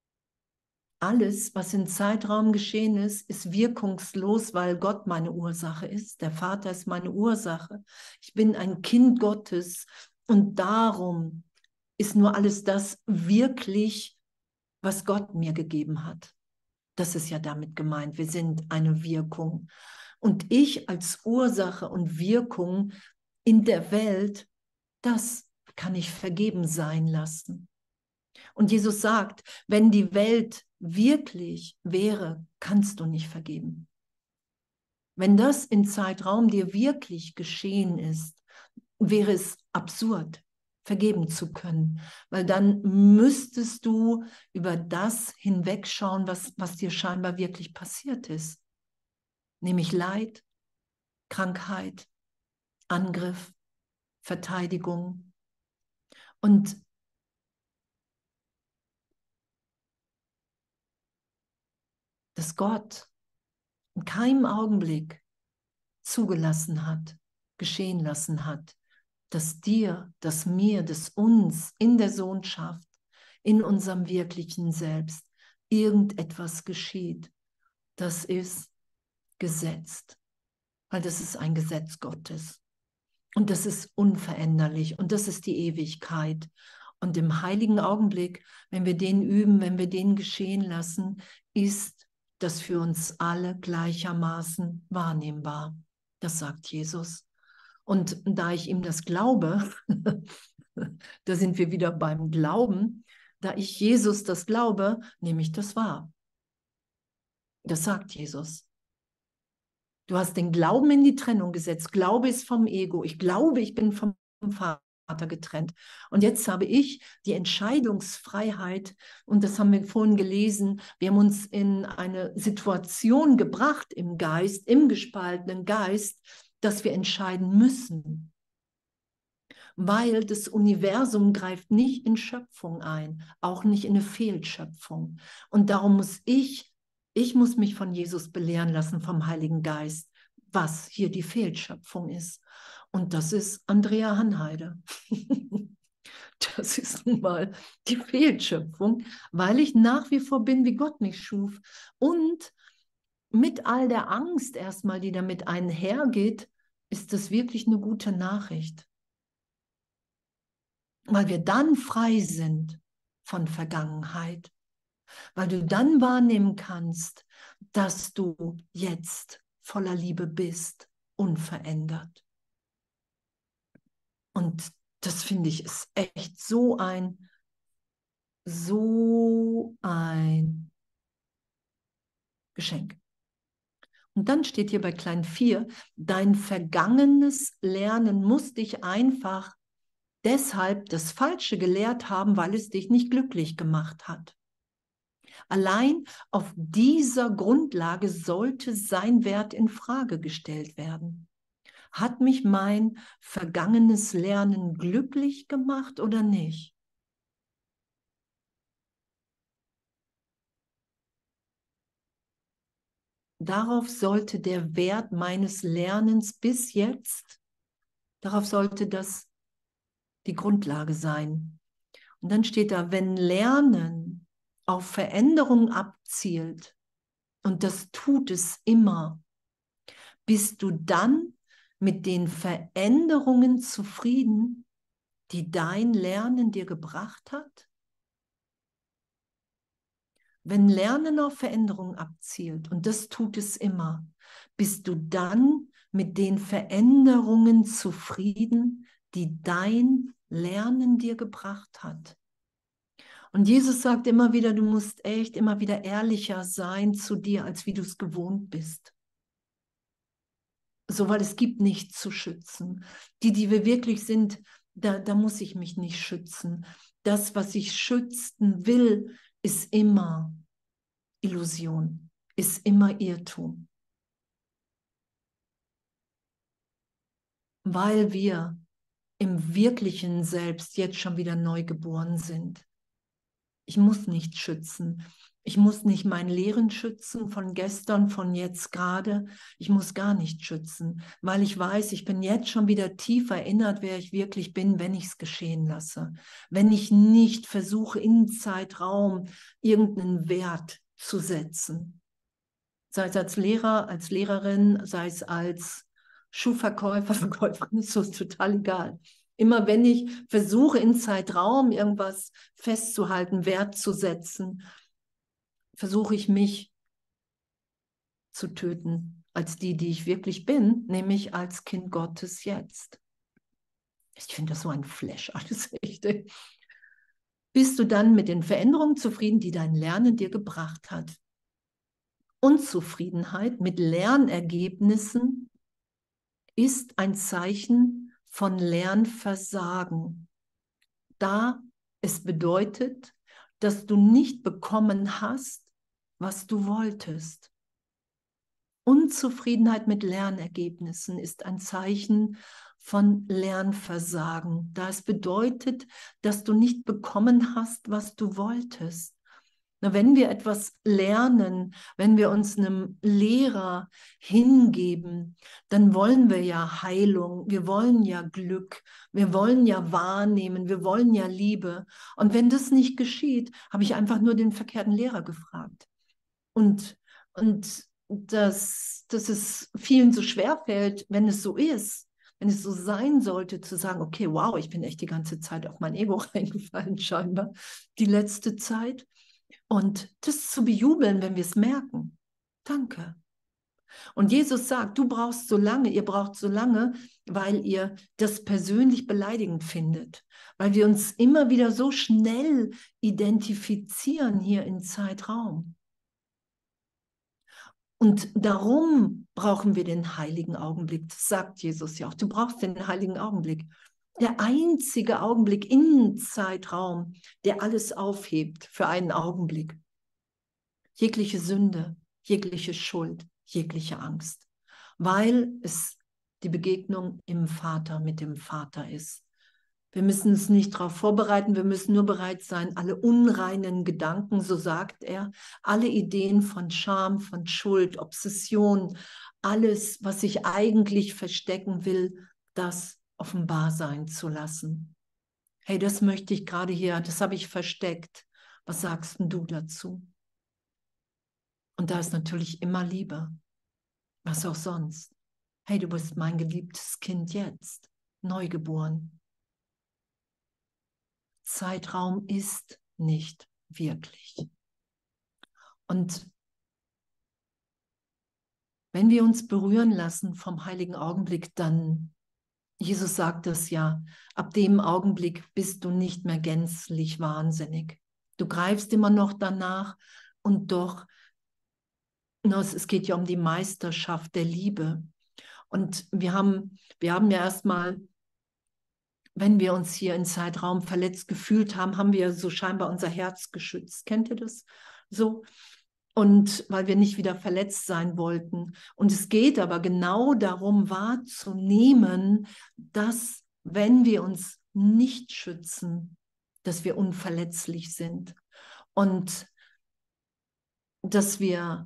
Alles, was im Zeitraum geschehen ist wirkungslos, weil Gott meine Ursache ist. Der Vater ist meine Ursache. Ich bin ein Kind Gottes und darum ist nur alles das wirklich, was Gott mir gegeben hat. Das ist ja damit gemeint. Wir sind eine Wirkung. Und ich als Ursache und Wirkung in der Welt, das kann ich vergeben sein lassen. Und Jesus sagt, wenn die Welt wirklich wäre, kannst du nicht vergeben. Wenn das im Zeitraum dir wirklich geschehen ist, wäre es absurd, vergeben zu können, weil dann müsstest du über das hinwegschauen, was dir scheinbar wirklich passiert ist, nämlich Leid, Krankheit, Angriff, Verteidigung. Und dass Gott in keinem Augenblick zugelassen hat, geschehen lassen hat, dass dir, dass mir, dass uns in der Sohnschaft, in unserem wirklichen Selbst irgendetwas geschieht. Das ist gesetzt, weil das ist ein Gesetz Gottes. Und das ist unveränderlich und das ist die Ewigkeit. Und im heiligen Augenblick, wenn wir den üben, wenn wir den geschehen lassen, ist das für uns alle gleichermaßen wahrnehmbar. Das sagt Jesus. Und da ich ihm das glaube, da sind wir wieder beim Glauben, da ich Jesus das glaube, nehme ich das wahr. Das sagt Jesus. Du hast den Glauben in die Trennung gesetzt. Glaube ist vom Ego. Ich glaube, ich bin vom Vater getrennt. Und jetzt habe ich die Entscheidungsfreiheit, und das haben wir vorhin gelesen, wir haben uns in eine Situation gebracht im Geist, im gespaltenen Geist, dass wir entscheiden müssen. Weil das Universum greift nicht in Schöpfung ein, auch nicht in eine Fehlschöpfung. Und darum muss ich muss mich von Jesus belehren lassen, vom Heiligen Geist, was hier die Fehlschöpfung ist. Und das ist Andrea Hanheide. Das ist nun mal die Fehlschöpfung, weil ich nach wie vor bin, wie Gott mich schuf. Und mit all der Angst erstmal, die damit einhergeht, ist das wirklich eine gute Nachricht. Weil wir dann frei sind von Vergangenheit, weil du dann wahrnehmen kannst, dass du jetzt voller Liebe bist, unverändert. Und das finde ich ist echt so ein Geschenk. Und dann steht hier bei klein 4, dein vergangenes Lernen muss dich einfach deshalb das Falsche gelehrt haben, weil es dich nicht glücklich gemacht hat. Allein auf dieser Grundlage sollte sein Wert in Frage gestellt werden. Hat mich mein vergangenes Lernen glücklich gemacht oder nicht? Darauf sollte der Wert meines Lernens bis jetzt, darauf sollte das die Grundlage sein. Und dann steht da, wenn Lernen auf Veränderung abzielt, und das tut es immer, bist du dann mit den Veränderungen zufrieden, die dein Lernen dir gebracht hat? Wenn Lernen auf Veränderung abzielt, und das tut es immer, bist du dann mit den Veränderungen zufrieden, die dein Lernen dir gebracht hat? Und Jesus sagt immer wieder, du musst echt immer wieder ehrlicher sein zu dir, als wie du es gewohnt bist. So, weil es gibt nichts zu schützen. Die wir wirklich sind, da muss ich mich nicht schützen. Das, was ich schützen will, ist immer Illusion, ist immer Irrtum. Weil wir im wirklichen Selbst jetzt schon wieder neu geboren sind. Ich muss nichts schützen. Ich muss nicht mein Lehren schützen von gestern, von jetzt gerade. Ich muss gar nichts schützen, weil ich weiß, ich bin jetzt schon wieder tief erinnert, wer ich wirklich bin, wenn ich es geschehen lasse. Wenn ich nicht versuche, in Zeitraum irgendeinen Wert zu setzen. Sei es als Lehrer, als Lehrerin, sei es als Schuhverkäufer, Verkäuferin, ist das total egal. Immer wenn ich versuche, in Zeitraum irgendwas festzuhalten, Wert zu setzen, versuche ich mich zu töten als die ich wirklich bin, nämlich als Kind Gottes jetzt. Ich finde das so ein Flash, alles echt. Bist du dann mit den Veränderungen zufrieden, die dein Lernen dir gebracht hat? Unzufriedenheit mit Lernergebnissen ist ein Zeichen von Lernversagen, da es bedeutet, dass du nicht bekommen hast, was du wolltest. Unzufriedenheit mit Lernergebnissen ist ein Zeichen von Lernversagen, da es bedeutet, dass du nicht bekommen hast, was du wolltest. Na, wenn wir etwas lernen, wenn wir uns einem Lehrer hingeben, dann wollen wir ja Heilung, wir wollen ja Glück, wir wollen ja wahrnehmen, wir wollen ja Liebe. Und wenn das nicht geschieht, habe ich einfach nur den verkehrten Lehrer gefragt. Und dass es vielen so schwer fällt, wenn es so ist, wenn es so sein sollte, zu sagen, okay, wow, ich bin echt die ganze Zeit auf mein Ego reingefallen, scheinbar, die letzte Zeit. Und das zu bejubeln, wenn wir es merken. Danke. Und Jesus sagt, du brauchst so lange, ihr braucht so lange, weil ihr das persönlich beleidigend findet, weil wir uns immer wieder so schnell identifizieren hier im Zeitraum. Und darum brauchen wir den heiligen Augenblick. Das sagt Jesus ja auch. Du brauchst den heiligen Augenblick. Der einzige Augenblick im Zeitraum, der alles aufhebt für einen Augenblick. Jegliche Sünde, jegliche Schuld, jegliche Angst. Weil es die Begegnung im Vater mit dem Vater ist. Wir müssen uns nicht darauf vorbereiten, wir müssen nur bereit sein, alle unreinen Gedanken, so sagt er, alle Ideen von Scham, von Schuld, Obsession, alles, was ich eigentlich verstecken will, das offenbar sein zu lassen. Hey, das möchte ich gerade hier, das habe ich versteckt. Was sagst denn du dazu? Und da ist natürlich immer Liebe. Was auch sonst. Hey, du bist mein geliebtes Kind jetzt, neugeboren. Zeitraum ist nicht wirklich. Und wenn wir uns berühren lassen vom heiligen Augenblick, dann, Jesus sagt es ja, ab dem Augenblick bist du nicht mehr gänzlich wahnsinnig. Du greifst immer noch danach und doch, es geht ja um die Meisterschaft der Liebe. Und wir haben ja erstmal, wenn wir uns hier im Zeitraum verletzt gefühlt haben, haben wir so scheinbar unser Herz geschützt. Kennt ihr das so? Und weil wir nicht wieder verletzt sein wollten. Und es geht aber genau darum, wahrzunehmen, dass wenn wir uns nicht schützen, dass wir unverletzlich sind und dass wir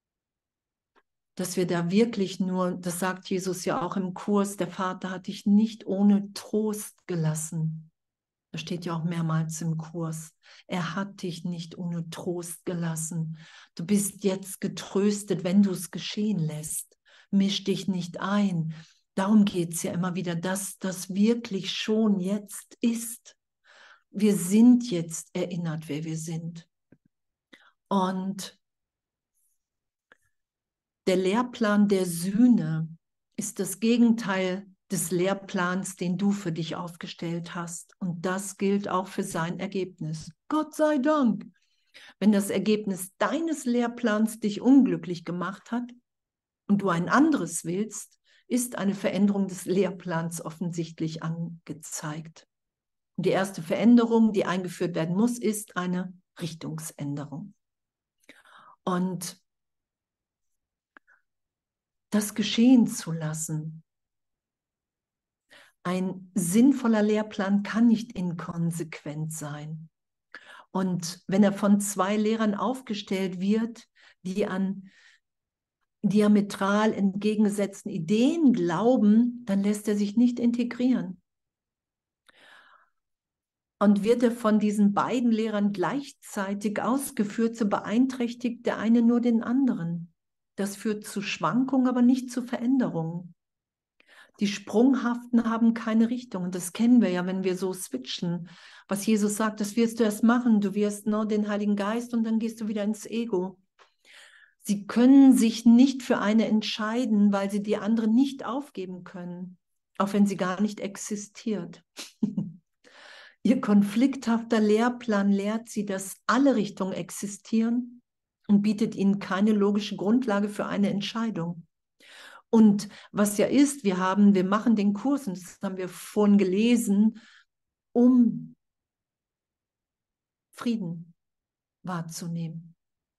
da wirklich nur, das sagt Jesus ja auch im Kurs, der Vater hat dich nicht ohne Trost gelassen. Das steht ja auch mehrmals im Kurs. Er hat dich nicht ohne Trost gelassen. Du bist jetzt getröstet, wenn du es geschehen lässt. Misch dich nicht ein. Darum geht es ja immer wieder, dass das wirklich schon jetzt ist. Wir sind jetzt erinnert, wer wir sind. Und der Lehrplan der Sühne ist das Gegenteil des Lehrplans, den du für dich aufgestellt hast. Und das gilt auch für sein Ergebnis. Gott sei Dank. Wenn das Ergebnis deines Lehrplans dich unglücklich gemacht hat und du ein anderes willst, ist eine Veränderung des Lehrplans offensichtlich angezeigt. Und die erste Veränderung, die eingeführt werden muss, ist eine Richtungsänderung. Und das geschehen zu lassen. Ein sinnvoller Lehrplan kann nicht inkonsequent sein. Und wenn er von zwei Lehrern aufgestellt wird, die an diametral entgegengesetzten Ideen glauben, dann lässt er sich nicht integrieren. Und wird er von diesen beiden Lehrern gleichzeitig ausgeführt, so beeinträchtigt der eine nur den anderen. Das führt zu Schwankungen, aber nicht zu Veränderungen. Die Sprunghaften haben keine Richtung. Und das kennen wir ja, wenn wir so switchen. Was Jesus sagt, das wirst du erst machen. Du wirst nur den Heiligen Geist und dann gehst du wieder ins Ego. Sie können sich nicht für eine entscheiden, weil sie die andere nicht aufgeben können, auch wenn sie gar nicht existiert. Ihr konflikthafter Lehrplan lehrt sie, dass alle Richtungen existieren und bietet ihnen keine logische Grundlage für eine Entscheidung. Und was ja ist, wir machen den Kurs, und das haben wir vorhin gelesen, um Frieden wahrzunehmen.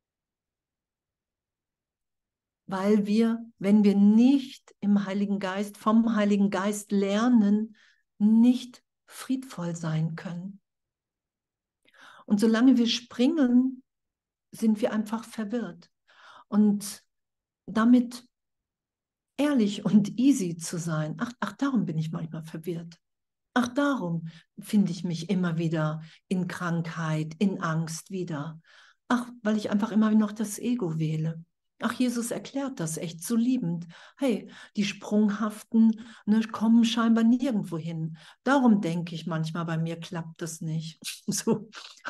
Weil wir, wenn wir nicht im Heiligen Geist, vom Heiligen Geist lernen, nicht friedvoll sein können. Und solange wir springen, sind wir einfach verwirrt. Und damit ehrlich und easy zu sein, ach, darum bin ich manchmal verwirrt. Ach, darum finde ich mich immer wieder in Krankheit, in Angst wieder. Ach, weil ich einfach immer noch das Ego wähle. Ach, Jesus erklärt das echt so liebend. Hey, die Sprunghaften, ne, kommen scheinbar nirgendwo hin. Darum denke ich manchmal, bei mir klappt das nicht. So.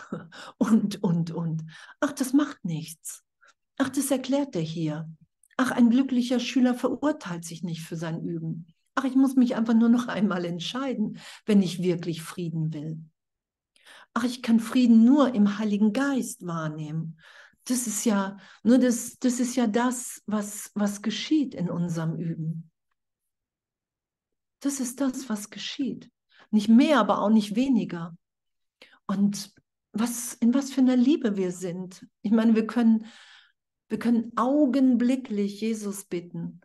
Und. Ach, das macht nichts. Ach, das erklärt er hier. Ach, ein glücklicher Schüler verurteilt sich nicht für sein Üben. Ach, ich muss mich einfach nur noch einmal entscheiden, wenn ich wirklich Frieden will. Ach, ich kann Frieden nur im Heiligen Geist wahrnehmen. Das ist ja, nur das ist ja das, was geschieht in unserem Üben. Das ist das, was geschieht. Nicht mehr, aber auch nicht weniger. Und in was für einer Liebe wir sind. Ich meine, wir können augenblicklich Jesus bitten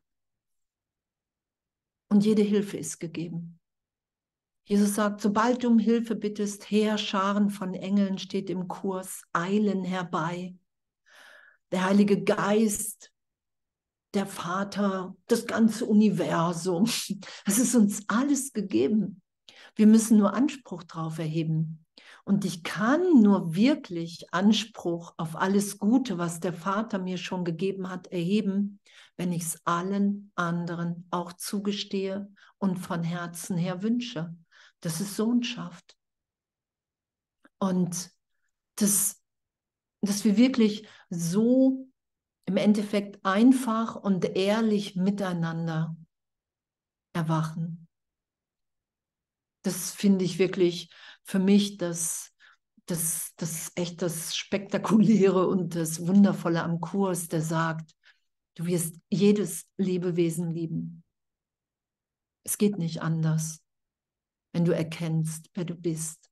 und jede Hilfe ist gegeben. Jesus sagt, sobald du um Hilfe bittest, Heerscharen von Engeln steht im Kurs, eilen herbei. Der Heilige Geist, der Vater, das ganze Universum. Es ist uns alles gegeben. Wir müssen nur Anspruch drauf erheben. Und ich kann nur wirklich Anspruch auf alles Gute, was der Vater mir schon gegeben hat, erheben, wenn ich es allen anderen auch zugestehe und von Herzen her wünsche. Das ist Sohnschaft. Und dass wir wirklich so im Endeffekt einfach und ehrlich miteinander erwachen. Das finde ich wirklich für mich das echt das Spektakuläre und das Wundervolle am Kurs, der sagt, du wirst jedes Lebewesen lieben. Es geht nicht anders, wenn du erkennst, wer du bist.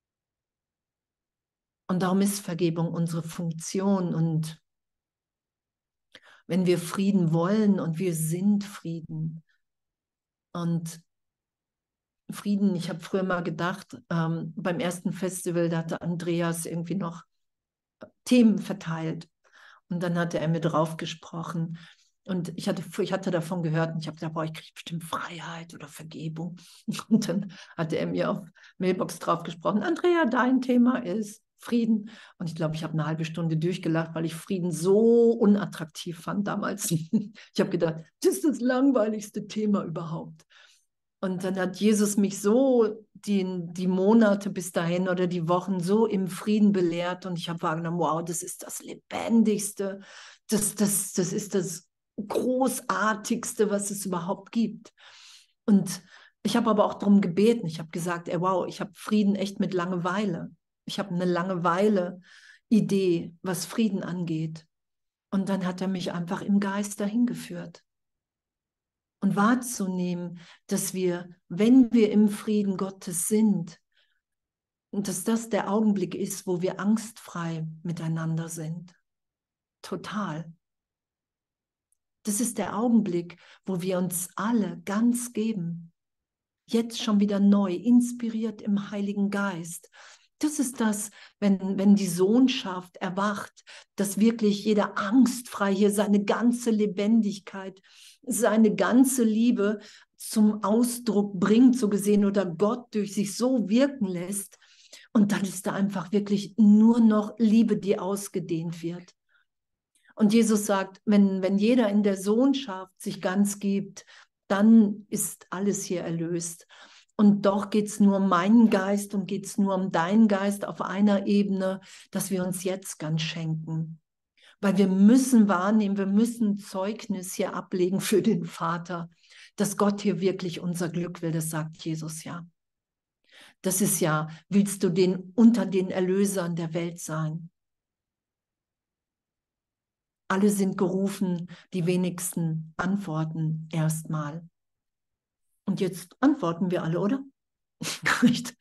Und darum ist Vergebung unsere Funktion. Und wenn wir Frieden wollen und wir sind Frieden. Und Frieden, ich habe früher mal gedacht, beim ersten Festival, da hatte Andreas irgendwie noch Themen verteilt. Und dann hatte er mir drauf gesprochen. Und ich hatte davon gehört und ich habe gesagt, boah, ich kriege bestimmt Freiheit oder Vergebung. Und dann hatte er mir auf Mailbox drauf gesprochen, Andrea, dein Thema ist Frieden. Und ich glaube, ich habe eine halbe Stunde durchgelacht, weil ich Frieden so unattraktiv fand damals. Ich habe gedacht, das ist das langweiligste Thema überhaupt. Und dann hat Jesus mich so die Monate bis dahin oder die Wochen so im Frieden belehrt und ich habe wahrgenommen, wow, das ist das Lebendigste, das ist das Großartigste, was es überhaupt gibt. Und ich habe aber auch darum gebeten, ich habe gesagt, ey, wow, ich habe Frieden echt mit Langeweile. Ich habe eine Langeweile-Idee, was Frieden angeht. Und dann hat er mich einfach im Geist dahin geführt. Und wahrzunehmen, dass wir, wenn wir im Frieden Gottes sind, und dass das der Augenblick ist, wo wir angstfrei miteinander sind. Total. Das ist der Augenblick, wo wir uns alle ganz geben. Jetzt schon wieder neu, inspiriert im Heiligen Geist. Das ist das, wenn die Sohnschaft erwacht, dass wirklich jeder angstfrei hier seine ganze Lebendigkeit, seine ganze Liebe zum Ausdruck bringt, so gesehen, oder Gott durch sich so wirken lässt. Und dann ist da einfach wirklich nur noch Liebe, die ausgedehnt wird. Und Jesus sagt, wenn jeder in der Sohnschaft sich ganz gibt, dann ist alles hier erlöst. Und doch geht es nur um meinen Geist und geht es nur um deinen Geist auf einer Ebene, dass wir uns jetzt ganz schenken. Weil wir müssen wahrnehmen, wir müssen Zeugnis hier ablegen für den Vater, dass Gott hier wirklich unser Glück will, das sagt Jesus ja. Das ist ja, willst du unter den Erlösern der Welt sein? Alle sind gerufen, die wenigsten antworten erstmal. Und jetzt antworten wir alle, oder? Nicht?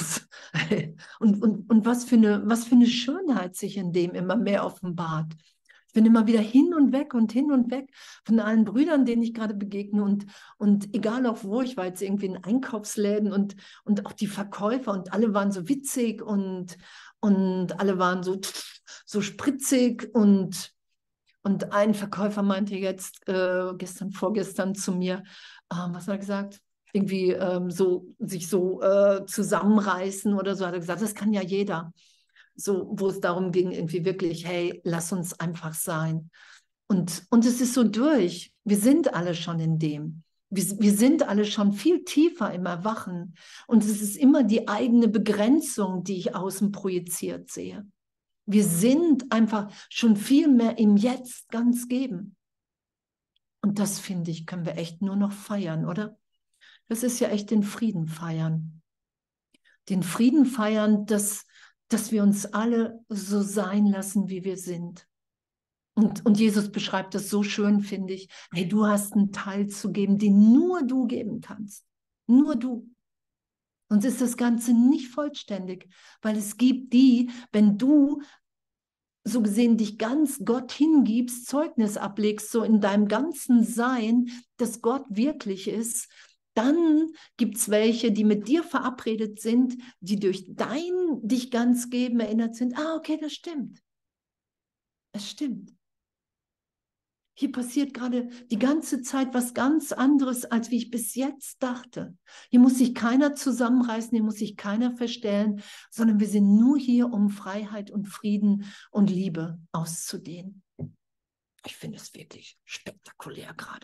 Und was für eine Schönheit sich in dem immer mehr offenbart. Ich bin immer wieder hin und weg von allen Brüdern, denen ich gerade begegne und egal auch wo, ich war jetzt irgendwie in Einkaufsläden und auch die Verkäufer und alle waren so witzig und alle waren so spritzig und ein Verkäufer meinte jetzt vorgestern zu mir, was hat er gesagt? Irgendwie sich so zusammenreißen oder so, hat er gesagt, das kann ja jeder. So, wo es darum ging, irgendwie wirklich, hey, lass uns einfach sein. Und es ist so durch. Wir sind alle schon in dem. Wir sind alle schon viel tiefer im Erwachen. Und es ist immer die eigene Begrenzung, die ich außen projiziert sehe. Wir sind einfach schon viel mehr im Jetzt ganz geben. Und das, finde ich, können wir echt nur noch feiern, oder? Das ist ja echt den Frieden feiern. Den Frieden feiern, dass wir uns alle so sein lassen, wie wir sind. Und Jesus beschreibt das so schön, finde ich. Hey, du hast einen Teil zu geben, den nur du geben kannst. Nur du. Sonst ist das Ganze nicht vollständig, weil es gibt die, wenn du so gesehen dich ganz Gott hingibst, Zeugnis ablegst, so in deinem ganzen Sein, dass Gott wirklich ist, dann gibt es welche, die mit dir verabredet sind, die durch dein dich ganz geben erinnert sind. Ah, okay, das stimmt. Es stimmt. Hier passiert gerade die ganze Zeit was ganz anderes, als wie ich bis jetzt dachte. Hier muss sich keiner zusammenreißen, hier muss sich keiner verstellen, sondern wir sind nur hier, um Freiheit und Frieden und Liebe auszudehnen. Ich finde es wirklich spektakulär gerade.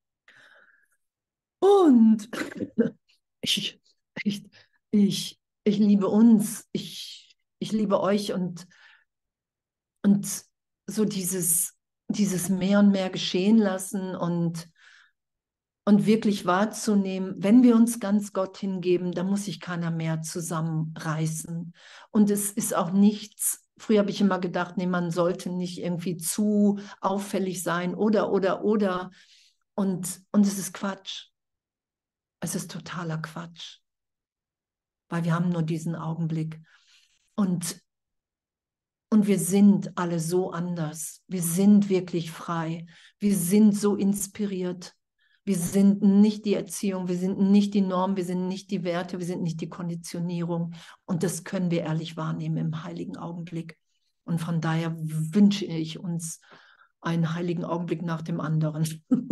Und ich, ich, ich liebe uns, ich liebe euch und so dieses mehr und mehr geschehen lassen und wirklich wahrzunehmen, wenn wir uns ganz Gott hingeben, dann muss sich keiner mehr zusammenreißen. Und es ist auch nichts, früher habe ich immer gedacht, nee, man sollte nicht irgendwie zu auffällig sein oder. Und es ist Quatsch. Es ist totaler Quatsch, weil wir haben nur diesen Augenblick. Und wir sind alle so anders. Wir sind wirklich frei. Wir sind so inspiriert. Wir sind nicht die Erziehung, wir sind nicht die Norm, wir sind nicht die Werte, wir sind nicht die Konditionierung. Und das können wir ehrlich wahrnehmen im heiligen Augenblick. Und von daher wünsche ich uns einen heiligen Augenblick nach dem anderen.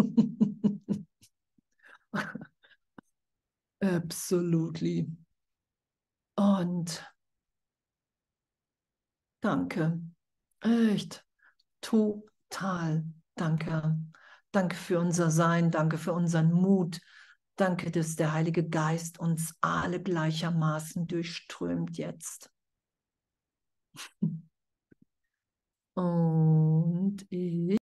Absolutely. Und danke. Echt. Total. Danke. Danke für unser Sein. Danke für unseren Mut. Danke, dass der Heilige Geist uns alle gleichermaßen durchströmt jetzt. Und ich